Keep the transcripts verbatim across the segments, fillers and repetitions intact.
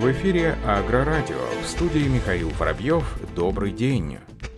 В эфире Агрорадио. В студии Михаил Воробьев. Добрый день.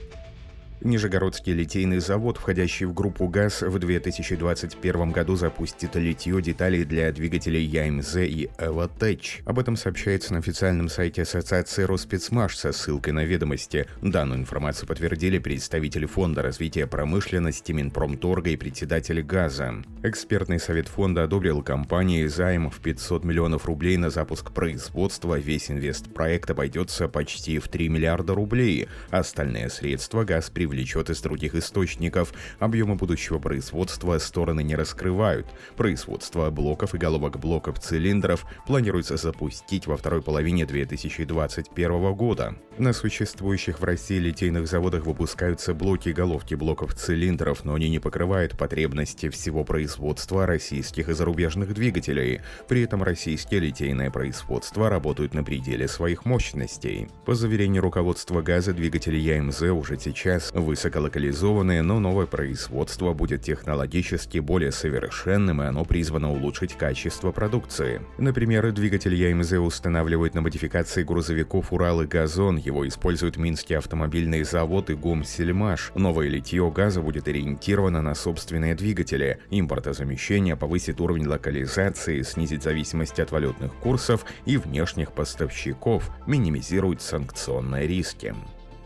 Нижегородский литейный завод, входящий в группу ГАЗ, в две тысячи двадцать первом году запустит литье деталей для двигателей ЯМЗ и Эвотеч. Об этом сообщается на официальном сайте Ассоциации Роспецмаш со ссылкой на ведомости. Данную информацию подтвердили представители Фонда развития промышленности, Минпромторга и председатель ГАЗа. Экспертный совет фонда одобрил компании займ в пятьсот миллионов рублей на запуск производства. Весь инвестпроект обойдется почти в три миллиарда рублей. Остальные средства ГАЗ привлечет влечет из других источников. Объемы будущего производства стороны не раскрывают. Производство блоков и головок блоков цилиндров планируется запустить во второй половине две тысячи двадцать первого года. На существующих в России литейных заводах выпускаются блоки и головки блоков цилиндров, но они не покрывают потребности всего производства российских и зарубежных двигателей. При этом российские литейные производства работают на пределе своих мощностей. По заверению руководства ГАЗа, двигатели ЯМЗ уже сейчас высоколокализованные, но новое производство будет технологически более совершенным, и оно призвано улучшить качество продукции. Например, двигатель ЯМЗ устанавливают на модификации грузовиков «Урал» и «Газон». Его используют Минский автомобильный завод и ГУМ-Сельмаш. Новое литье ГАЗа будет ориентировано на собственные двигатели. Импортозамещение повысит уровень локализации, снизит зависимость от валютных курсов и внешних поставщиков, минимизирует санкционные риски.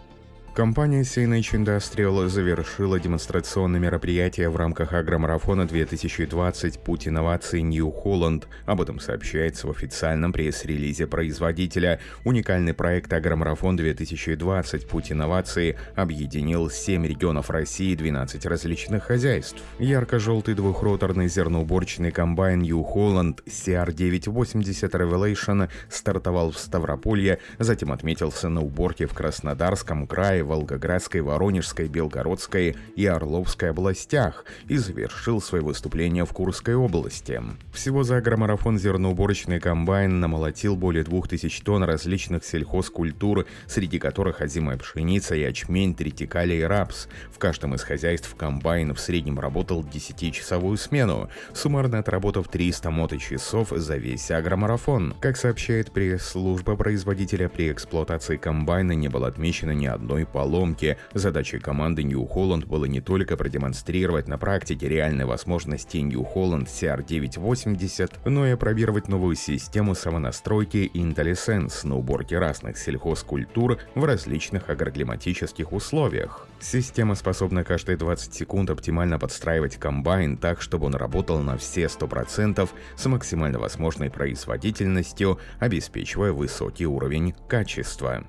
Компания си эн эйч Industrial завершила демонстрационное мероприятие в рамках агромарафона две тысячи двадцать «Путь инноваций New Holland». Об этом сообщается в официальном пресс-релизе производителя. Уникальный проект «Агромарафон две тысячи двадцать. Путь инноваций» объединил семь регионов России и двенадцать различных хозяйств. Ярко-желтый двухроторный зерноуборочный комбайн New Holland си ар девятьсот восемьдесят Revelation стартовал в Ставрополье, затем отметился на уборке в Краснодарском крае, Волгоградской, Воронежской, Белгородской и Орловской областях и завершил свое выступление в Курской области. Всего за агромарафон зерноуборочный комбайн намолотил более двух тысяч тонн различных сельхозкультур, среди которых озимая пшеница, ячмень, тритикалия и рапс. В каждом из хозяйств комбайн в среднем работал десятичасовую смену, суммарно отработав триста моточасов за весь агромарафон. Как сообщает пресс-служба производителя, при эксплуатации комбайна не было отмечено ни одной поломки. Задачей команды New Holland было не только продемонстрировать на практике реальные возможности New Holland си ар девятьсот восемьдесят, но и опробировать новую систему самонастройки IntelliSense на уборке разных сельхозкультур в различных агроклиматических условиях. Система способна каждые двадцать секунд оптимально подстраивать комбайн так, чтобы он работал на все сто процентов с максимально возможной производительностью, обеспечивая высокий уровень качества.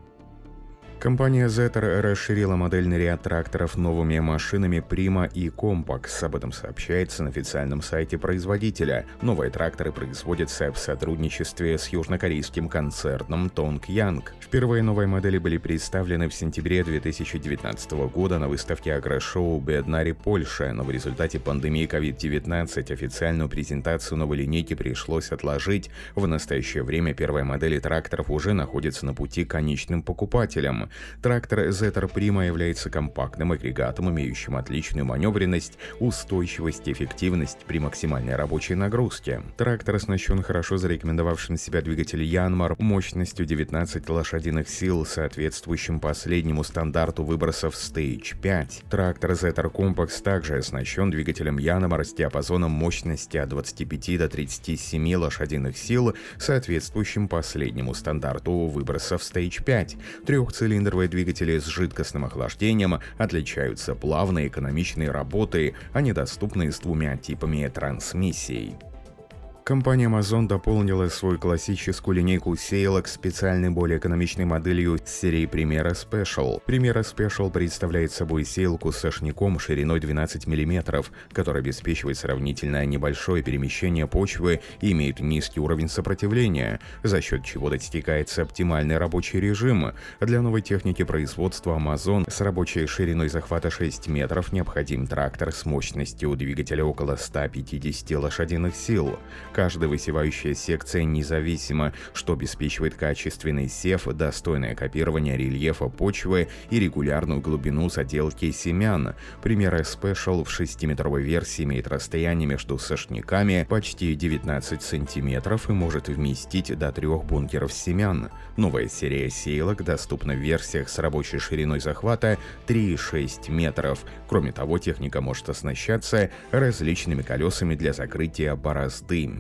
Компания Зеттер расширила модельный ряд тракторов новыми машинами Prima и Compax. Об этом сообщается на официальном сайте производителя. Новые тракторы производятся в сотрудничестве с южнокорейским концерном Donghyang. Впервые новые модели были представлены в сентябре две тысячи девятнадцатого года на выставке агрошоу Беднари, Польша, но в результате пандемии ковид девятнадцать официальную презентацию новой линейки пришлось отложить. В настоящее время первые модели тракторов уже находятся на пути к конечным покупателям. Трактор Зеттер Prima является компактным агрегатом, имеющим отличную маневренность, устойчивость и эффективность при максимальной рабочей нагрузке. Трактор оснащен хорошо зарекомендовавшим себя двигателем Янмар мощностью девятнадцать лошадиных сил, соответствующим последнему стандарту выбросов Stage пять. Трактор Зеттер Compax также оснащен двигателем Янмар с диапазоном мощности от двадцати пяти до тридцати семи лошадиных сил, соответствующим последнему стандарту выбросов Stage пять. Трехцилиндровые Цилиндровые двигатели с жидкостным охлаждением отличаются плавной и экономичной работой, а недоступны с двумя типами трансмиссий. Компания Amazon дополнила свою классическую линейку сеялок специальной более экономичной моделью с серии Primera Special. Primera Special представляет собой сеялку с сошняком шириной двенадцать миллиметров, которая обеспечивает сравнительно небольшое перемещение почвы и имеет низкий уровень сопротивления, за счет чего достигается оптимальный рабочий режим. Для новой техники производства Amazon с рабочей шириной захвата шесть метров необходим трактор с мощностью двигателя около ста пятидесяти лошадиных сил. Каждая высевающая секция независима, что обеспечивает качественный сев, достойное копирование рельефа почвы и регулярную глубину заделки семян. Пример Special в шестиметровой версии имеет расстояние между сошняками почти девятнадцать сантиметров и может вместить до трех бункеров семян. Новая серия сеялок доступна в версиях с рабочей шириной захвата три и шесть метров. Кроме того, техника может оснащаться различными колесами для закрытия борозды.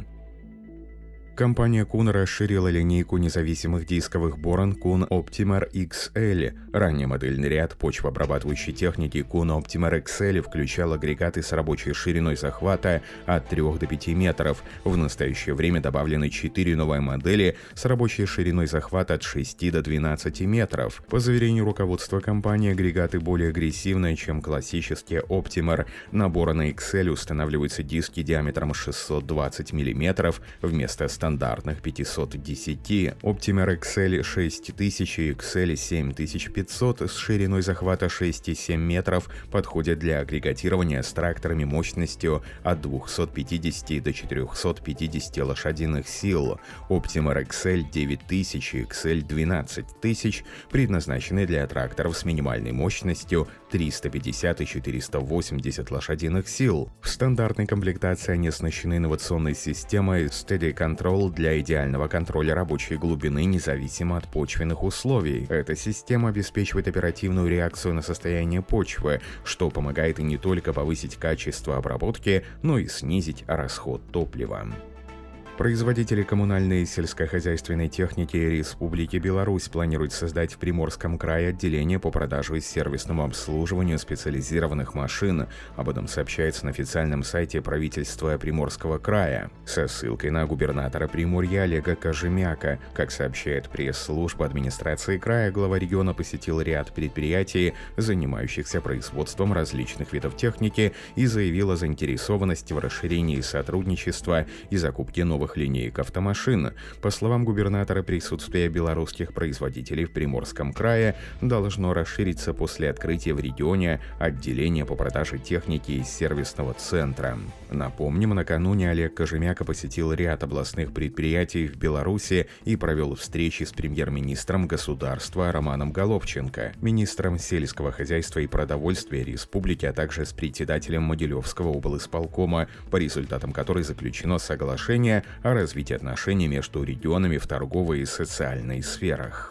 Компания Kuhn расширила линейку независимых дисковых борон Kuhn Optimer икс эл. Ранний модельный ряд почвообрабатывающей техники Kuhn Optimer икс эл включал агрегаты с рабочей шириной захвата от трёх до пяти метров. В настоящее время добавлены четыре новые модели с рабочей шириной захвата от шести до двенадцати метров. По заверению руководства компании, агрегаты более агрессивные, чем классические Optimer. На бороны икс эл устанавливаются диски диаметром шестьсот двадцать миллиметров вместо стандартных стандартных пятьсот десять. Optimer икс эл шесть тысяч и икс эл семь тысяч пятьсот с шириной захвата шесть и семь метров подходят для агрегатирования с тракторами мощностью от двухсот пятидесяти до четырёхсот пятидесяти лошадиных сил. Optimer икс эл девять тысяч и икс эл двенадцать тысяч предназначены для тракторов с минимальной мощностью триста пятьдесят и четыреста восемьдесят лошадиных сил. В стандартной комплектации они оснащены инновационной системой Steady Control для идеального контроля рабочей глубины независимо от почвенных условий. Эта система обеспечивает оперативную реакцию на состояние почвы, что помогает и не только повысить качество обработки, но и снизить расход топлива. Производители коммунальной и сельскохозяйственной техники Республики Беларусь планируют создать в Приморском крае отделение по продаже и сервисному обслуживанию специализированных машин. Об этом сообщается на официальном сайте правительства Приморского края со ссылкой на губернатора Приморья Олега Кожемяка. Как сообщает пресс-служба администрации края, глава региона посетил ряд предприятий, занимающихся производством различных видов техники, и заявил о заинтересованности в расширении сотрудничества и закупке новых линеек автомашин. По словам губернатора, присутствие белорусских производителей в Приморском крае должно расшириться после открытия в регионе отделения по продаже техники из сервисного центра. Напомним, накануне Олег Кожемяка посетил ряд областных предприятий в Беларуси и провел встречи с премьер-министром государства Романом Головченко, министром сельского хозяйства и продовольствия республики, а также с председателем Могилевского облисполкома, по результатам которой заключено соглашение о развитии отношений между регионами в торговой и социальной сферах.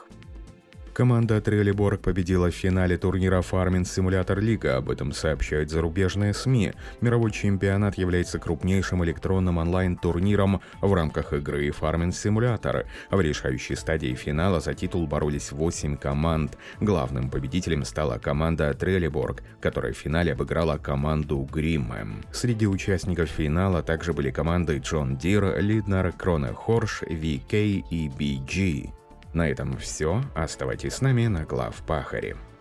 Команда Трелеборг победила в финале турнира Farming Simulator Лига. Об этом сообщают зарубежные СМИ. Мировой чемпионат является крупнейшим электронным онлайн-турниром в рамках игры Farming Simulator. В решающей стадии финала за титул боролись восемь команд. Главным победителем стала команда Трелеборг, которая в финале обыграла команду Гримм. Среди участников финала также были команды John Deere, Lidner, Krone Horsch, ви кей и би джи. На этом все. Оставайтесь с нами на Главпахаре.